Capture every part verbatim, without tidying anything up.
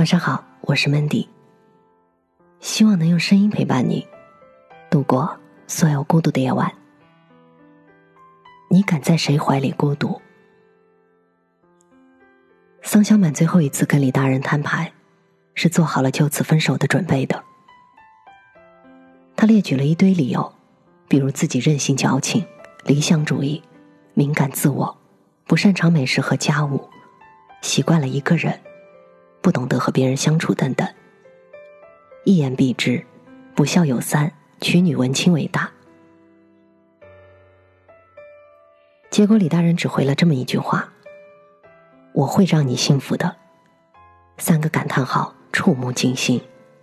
晚上好，我是 Mandy， 希望能用声音陪伴你度过所有孤独的夜晚。你敢在谁怀里孤独？桑小满最后一次跟李大人摊牌，是做好了就此分手的准备的。他列举了一堆理由，比如自己任性矫情、理想主义、敏感自我、不擅长美食和家务、习惯了一个人、不懂得和别人相处等等。一言蔽之，不孝有三，娶女文清为大。结果李大人只回了这么一句话：我会让你幸福的。三个感叹号触目惊心。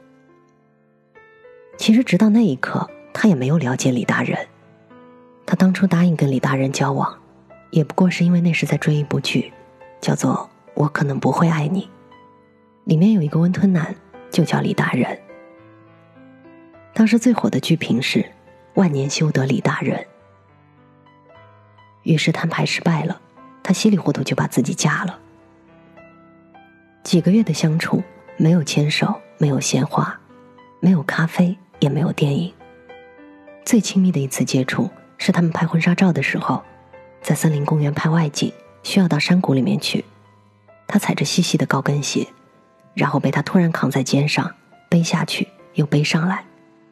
其实直到那一刻，他也没有了解李大人。他当初答应跟李大人交往，也不过是因为那时在追一部剧，叫做《我可能不会爱你》，里面有一个温吞男，就叫李大人。当时最火的剧评是万年修得李大人。于是摊牌失败了，他稀里糊涂就把自己嫁了。几个月的相处，没有牵手，没有鲜花，没有咖啡，也没有电影。最亲密的一次接触是他们拍婚纱照的时候，在森林公园拍外景，需要到山谷里面去。他踩着细细的高跟鞋，然后被他突然扛在肩上，背下去又背上来。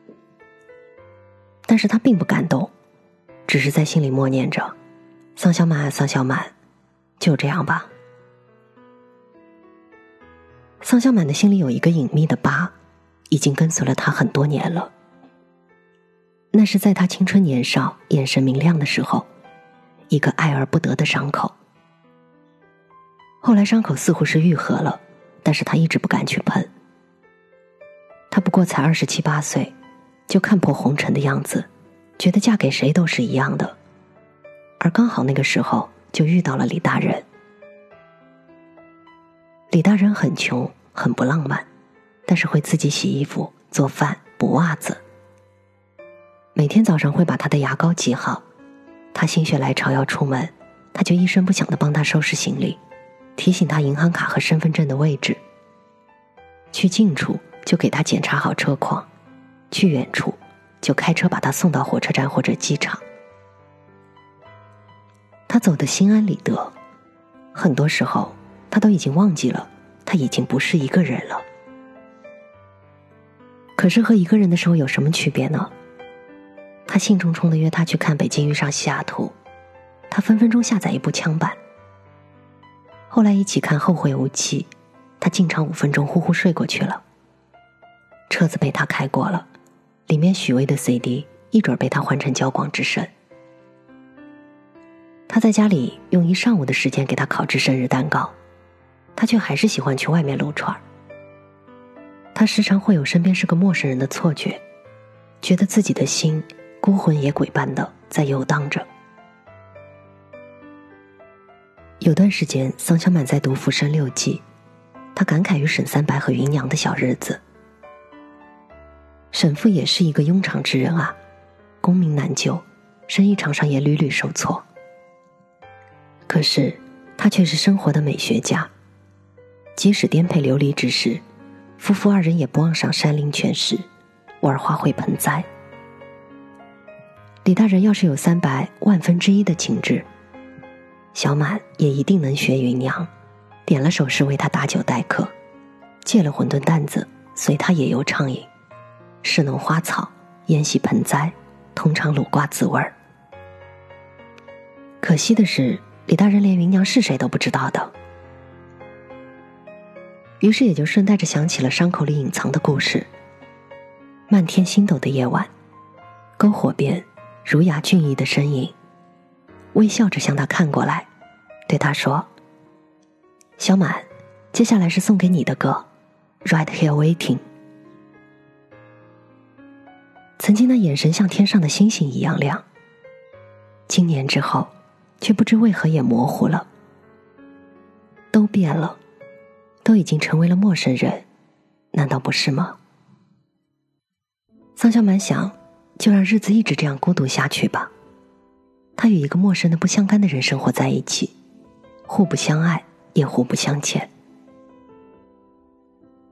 但是他并不感动，只是在心里默念着：桑小满，桑小满，就这样吧。桑小满的心里有一个隐秘的疤，已经跟随了他很多年了。那是在他青春年少、眼神明亮的时候，一个爱而不得的伤口。后来伤口似乎是愈合了，但是他一直不敢去碰。他不过才二十七八岁，就看破红尘的样子，觉得嫁给谁都是一样的。而刚好那个时候就遇到了李大人。李大人很穷，很不浪漫，但是会自己洗衣服、做饭、补袜子。每天早上会把他的牙膏挤好，他心血来潮要出门，他就一声不响地帮他收拾行李，提醒他银行卡和身份证的位置。去近处就给他检查好车况，去远处就开车把他送到火车站或者机场。他走得心安理得，很多时候他都已经忘记了他已经不是一个人了。可是和一个人的时候有什么区别呢？他兴冲冲地约他去看北京遇上西雅图，他分分钟下载一部枪版。后来一起看后会无期，他进场五分钟呼呼睡过去了。车子被他开过了，里面许巍的 C D 一准被他换成交广之声。他在家里用一上午的时间给他烤制生日蛋糕，他却还是喜欢去外面撸串。他时常会有身边是个陌生人的错觉，觉得自己的心孤魂野鬼般的在游荡着。有段时间桑小满在读《浮生六记》，他感慨于沈三白和芸娘的小日子。沈父也是一个庸常之人啊，功名难就，生意场上也屡屡受挫。可是他却是生活的美学家，即使颠沛流离之时，夫妇二人也不忘赏山林泉石，玩花卉盆栽。李大人要是有三白万分之一的情致，小满也一定能学芸娘，点了首诗为他打酒待客，借了馄饨担子随他野游畅饮，侍弄花草，研习盆栽，通尝卤瓜滋味儿。可惜的是，李大人连芸娘是谁都不知道的。于是也就顺带着想起了伤口里隐藏的故事。漫天星斗的夜晚，篝火边儒雅俊逸的身影微笑着向他看过来，对他说：小满，接下来是送给你的歌 Right Here Waiting。 曾经的眼神像天上的星星一样亮，今年之后却不知为何也模糊了。都变了，都已经成为了陌生人，难道不是吗？桑小满想，就让日子一直这样孤独下去吧。他与一个陌生的不相干的人生活在一起，互不相爱，也互不相欠。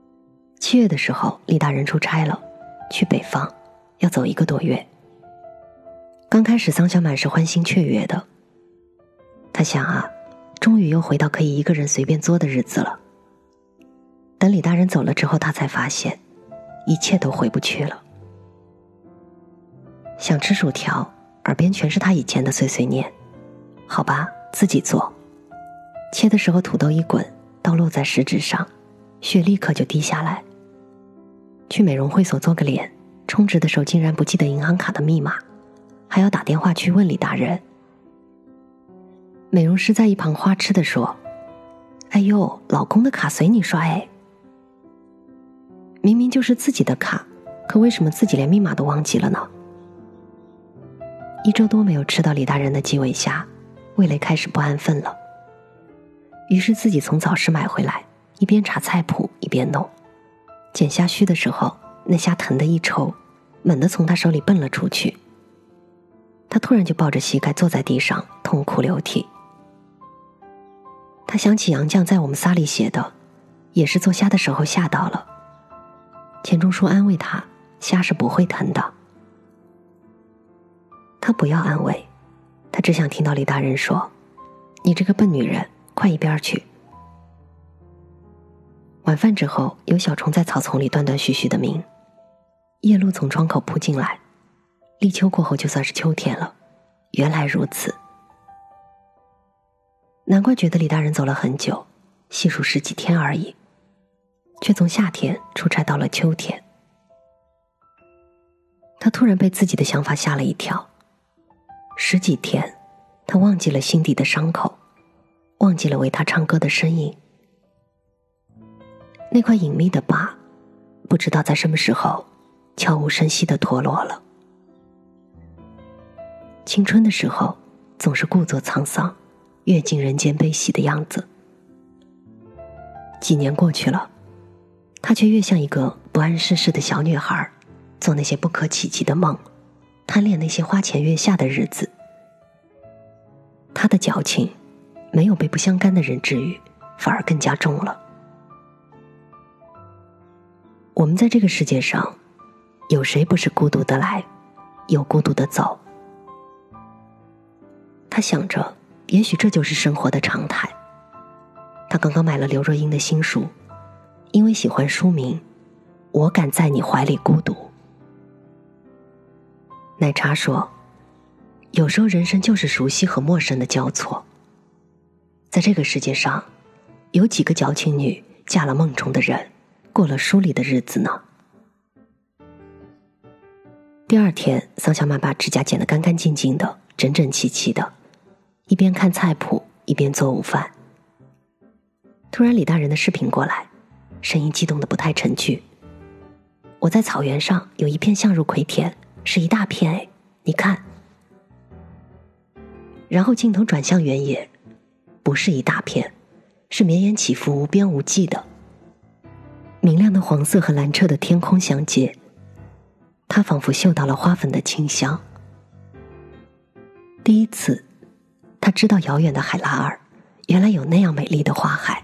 七月的时候，李大人出差了，去北方，要走一个多月。刚开始桑小满是欢欣雀跃的，他想啊，终于又回到可以一个人随便作的日子了。等李大人走了之后，他才发现一切都回不去了。想吃薯条，耳边全是他以前的碎碎念。好吧，自己做。切的时候土豆一滚，倒落在食指上，血立刻就滴下来。去美容会所做个脸，充值的时候竟然不记得银行卡的密码，还要打电话去问李大人。美容师在一旁花痴地说：哎呦，老公的卡随你刷哎。明明就是自己的卡，可为什么自己连密码都忘记了呢？一周多没有吃到李大人的基围虾，味蕾开始不安分了。于是自己从早市买回来，一边查菜谱一边弄。剪虾须的时候，那虾疼得一抽，猛地从他手里蹦了出去。他突然就抱着膝盖坐在地上，痛哭流涕。他想起杨绛在我们仨里写的，也是做虾的时候吓到了。钱钟书安慰他，虾是不会疼的。他不要安慰，他只想听到李大人说：你这个笨女人，快一边去。晚饭之后，有小虫在草丛里断断续续的鸣，夜露从窗口扑进来。立秋过后就算是秋天了，原来如此。难怪觉得李大人走了很久，细数十几天而已，却从夏天出差到了秋天。他突然被自己的想法吓了一跳。十几天，他忘记了心底的伤口，忘记了为他唱歌的身影。那块隐秘的疤，不知道在什么时候悄无声息地脱落了。青春的时候，总是故作沧桑，阅尽人间悲喜的样子。几年过去了，她却越像一个不谙世事的小女孩，做那些不可企及的梦，贪恋那些花前月下的日子。她的矫情没有被不相干的人治愈，反而更加重了。我们在这个世界上，有谁不是孤独的来，又孤独的走？他想着，也许这就是生活的常态。他刚刚买了刘若英的新书，因为喜欢书名《我敢在你怀里孤独》。奶茶说，有时候人生就是熟悉和陌生的交错。在这个世界上，有几个矫情女嫁了梦中的人，过了书里的日子呢？第二天，桑小满把指甲剪得干干净净的，整整齐齐的，一边看菜谱一边做午饭。突然李大人的视频过来，声音激动得不太成句：我在草原上有一片向日葵田，是一大片哎，你看。然后镜头转向原野，不是一大片，是绵延起伏无边无际的。明亮的黄色和蓝澈的天空相接，他仿佛嗅到了花粉的清香。第一次，他知道遥远的海拉尔原来有那样美丽的花海。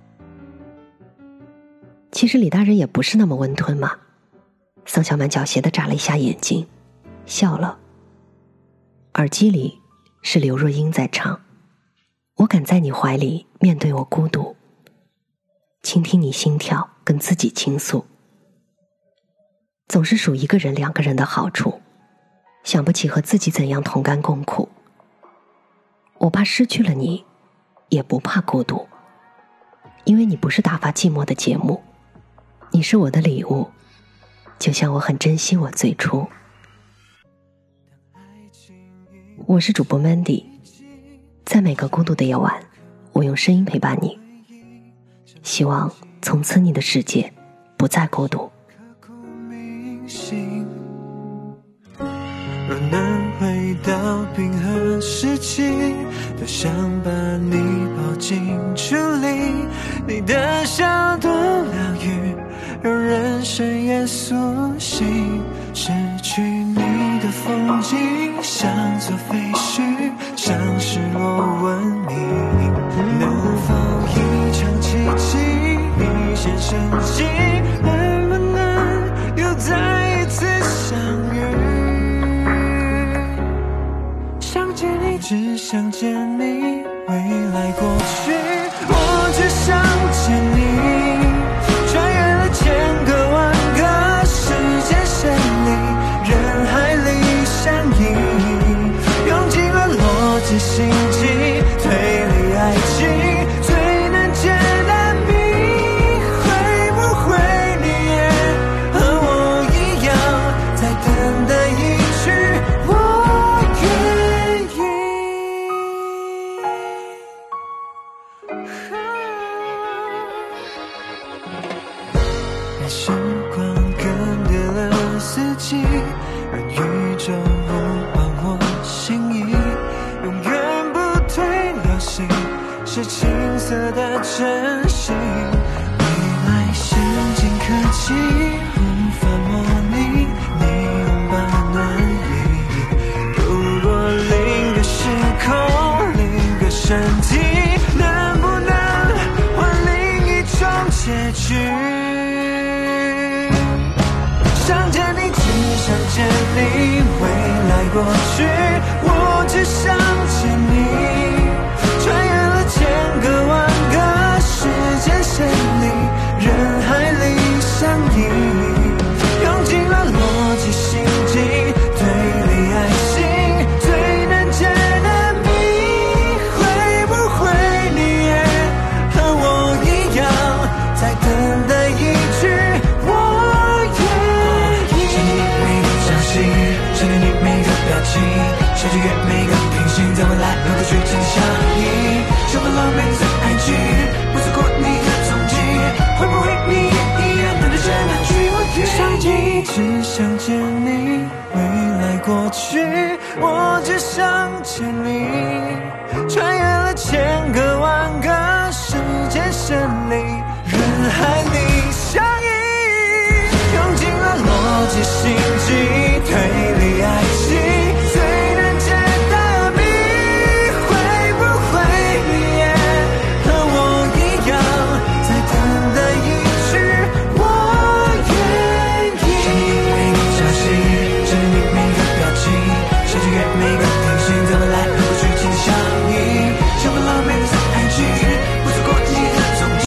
其实李大人也不是那么温吞嘛。桑小满狡黠地眨了一下眼睛，笑了。耳机里是刘若英在唱：我敢在你怀里面对我孤独，倾听你心跳，跟自己倾诉。总是数一个人两个人的好处，想不起和自己怎样同甘共苦。我怕失去了你，也不怕孤独，因为你不是打发寂寞的节目，你是我的礼物，就像我很珍惜我最初。我是主播 Mandy， 在每个孤独的夜晚，我用声音陪伴你，希望从此你的世界不再孤独。 若能回到冰河时期，多想把你抱进处理，你的笑多疗愈，让人深夜苏醒。失去你的风景像座废墟，像失落文明，能否一场奇迹，一线生机？ 只想见你未来过去，我只想见你，穿越了千个万个时间线里，人海里相依，用尽了逻辑心机推理爱情最难解的谜，会不会你也和我一样在等待一句我愿意。让时光更迭了四季，让宇宙呼唤我心意，永远不退流行，是青涩的真心。未来先进科技无法模拟你拥抱暖意，如果另个时空另个身体，能不能换另一种结局？想见你，只想见你，未来过去，我只想见你，穿越了千个万个时间线里，人海里相依，用尽了逻辑心机推理爱情最难解的谜，会不会你也和我一样在等待一句我愿意。想你每个消息，想念你每个表情，想穿越每个平行，在未来能够去见相依，修复了每次爱情，不错过你的踪迹，会不会你也一样等着这那句我愿意？只想见你，未来过去，我只想见你。